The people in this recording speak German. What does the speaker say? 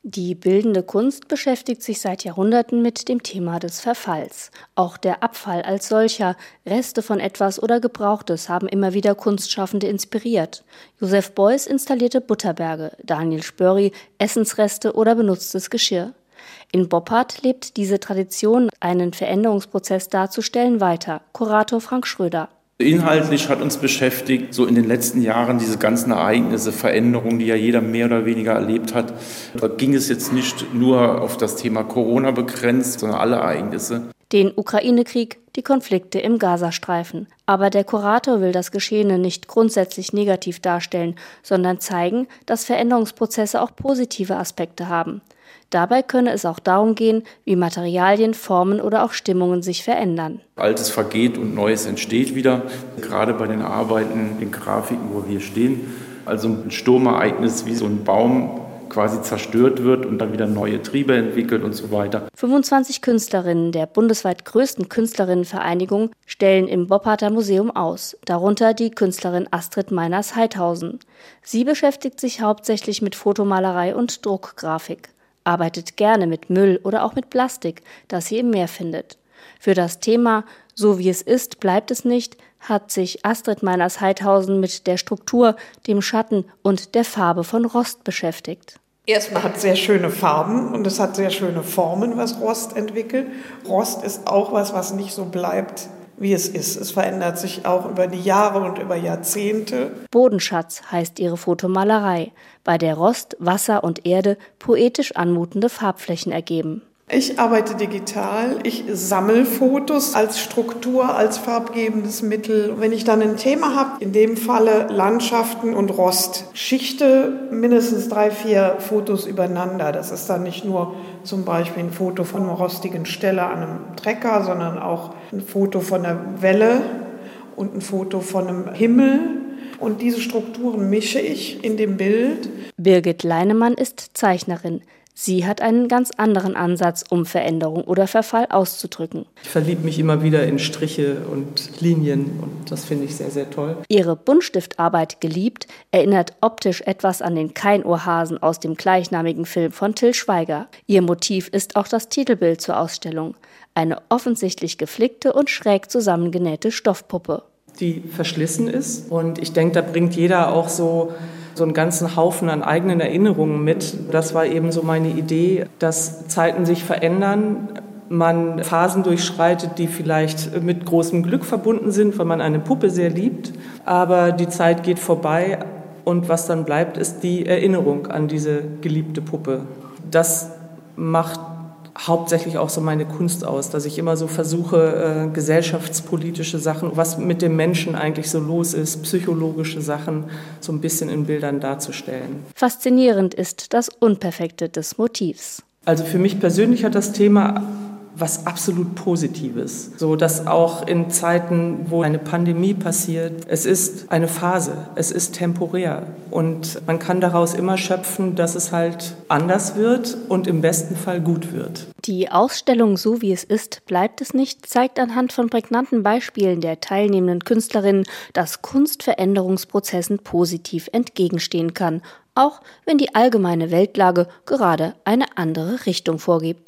Die bildende Kunst beschäftigt sich seit Jahrhunderten mit dem Thema des Verfalls. Auch der Abfall als solcher, Reste von etwas oder Gebrauchtes haben immer wieder Kunstschaffende inspiriert. Josef Beuys installierte Butterberge, Daniel Spörri Essensreste oder benutztes Geschirr. In Boppard lebt diese Tradition, einen Veränderungsprozess darzustellen, weiter. Kurator Frank Schröder. Inhaltlich hat uns beschäftigt, so in den letzten Jahren diese ganzen Ereignisse, Veränderungen, die ja jeder mehr oder weniger erlebt hat. Da ging es jetzt nicht nur auf das Thema Corona begrenzt, sondern alle Ereignisse. Den Ukraine-Krieg, die Konflikte im Gazastreifen. Aber der Kurator will das Geschehene nicht grundsätzlich negativ darstellen, sondern zeigen, dass Veränderungsprozesse auch positive Aspekte haben. Dabei könne es auch darum gehen, wie Materialien, Formen oder auch Stimmungen sich verändern. Altes vergeht und Neues entsteht wieder, gerade bei den Arbeiten, den Grafiken, wo wir stehen. Also ein Sturmereignis, wie so ein Baum quasi zerstört wird und dann wieder neue Triebe entwickelt und so weiter. 25 Künstlerinnen der bundesweit größten Künstlerinnenvereinigung stellen im Bopparder Museum aus, darunter die Künstlerin Astrid Meiners-Heidhausen. Sie beschäftigt sich hauptsächlich mit Fotomalerei und Druckgrafik, arbeitet gerne mit Müll oder auch mit Plastik, das sie im Meer findet. Für das Thema »So wie es ist, bleibt es nicht« hat sich Astrid Meiners-Heidhausen mit der Struktur, dem Schatten und der Farbe von Rost beschäftigt. Erstmal hat es sehr schöne Farben und es hat sehr schöne Formen, was Rost entwickelt. Rost ist auch was nicht so bleibt, wie es ist. Es verändert sich auch über die Jahre und über Jahrzehnte. Bodenschatz heißt ihre Fotomalerei, bei der Rost, Wasser und Erde poetisch anmutende Farbflächen ergeben. Ich arbeite digital, ich sammle Fotos als Struktur, als farbgebendes Mittel. Wenn ich dann ein Thema habe, in dem Falle Landschaften und Rost, schichte mindestens 3-4 Fotos übereinander. Das ist dann nicht nur zum Beispiel ein Foto von einer rostigen Stelle an einem Trecker, sondern auch ein Foto von einer Welle und ein Foto von einem Himmel. Und diese Strukturen mische ich in dem Bild. Birgit Leinemann ist Zeichnerin. Sie hat einen ganz anderen Ansatz, um Veränderung oder Verfall auszudrücken. Ich verliebe mich immer wieder in Striche und Linien und das finde ich sehr, sehr toll. Ihre Buntstiftarbeit »Geliebt« erinnert optisch etwas an den Keinohrhasen aus dem gleichnamigen Film von Til Schweiger. Ihr Motiv ist auch das Titelbild zur Ausstellung. Eine offensichtlich geflickte und schräg zusammengenähte Stoffpuppe. Die verschlissen ist und ich denke, da bringt jeder auch so einen ganzen Haufen an eigenen Erinnerungen mit. Das war eben so meine Idee, dass Zeiten sich verändern, man Phasen durchschreitet, die vielleicht mit großem Glück verbunden sind, weil man eine Puppe sehr liebt, aber die Zeit geht vorbei und was dann bleibt, ist die Erinnerung an diese geliebte Puppe. Das macht hauptsächlich auch so meine Kunst aus, dass ich immer so versuche, gesellschaftspolitische Sachen, was mit dem Menschen eigentlich so los ist, psychologische Sachen so ein bisschen in Bildern darzustellen. Faszinierend ist das Unperfekte des Motivs. Also für mich persönlich hat das Thema was absolut Positives, so dass auch in Zeiten, wo eine Pandemie passiert, es ist eine Phase, es ist temporär und man kann daraus immer schöpfen, dass es halt anders wird und im besten Fall gut wird. Die Ausstellung »So wie es ist, bleibt es nicht« zeigt anhand von prägnanten Beispielen der teilnehmenden Künstlerinnen, dass Kunst Veränderungsprozessen positiv entgegenstehen kann, auch wenn die allgemeine Weltlage gerade eine andere Richtung vorgibt.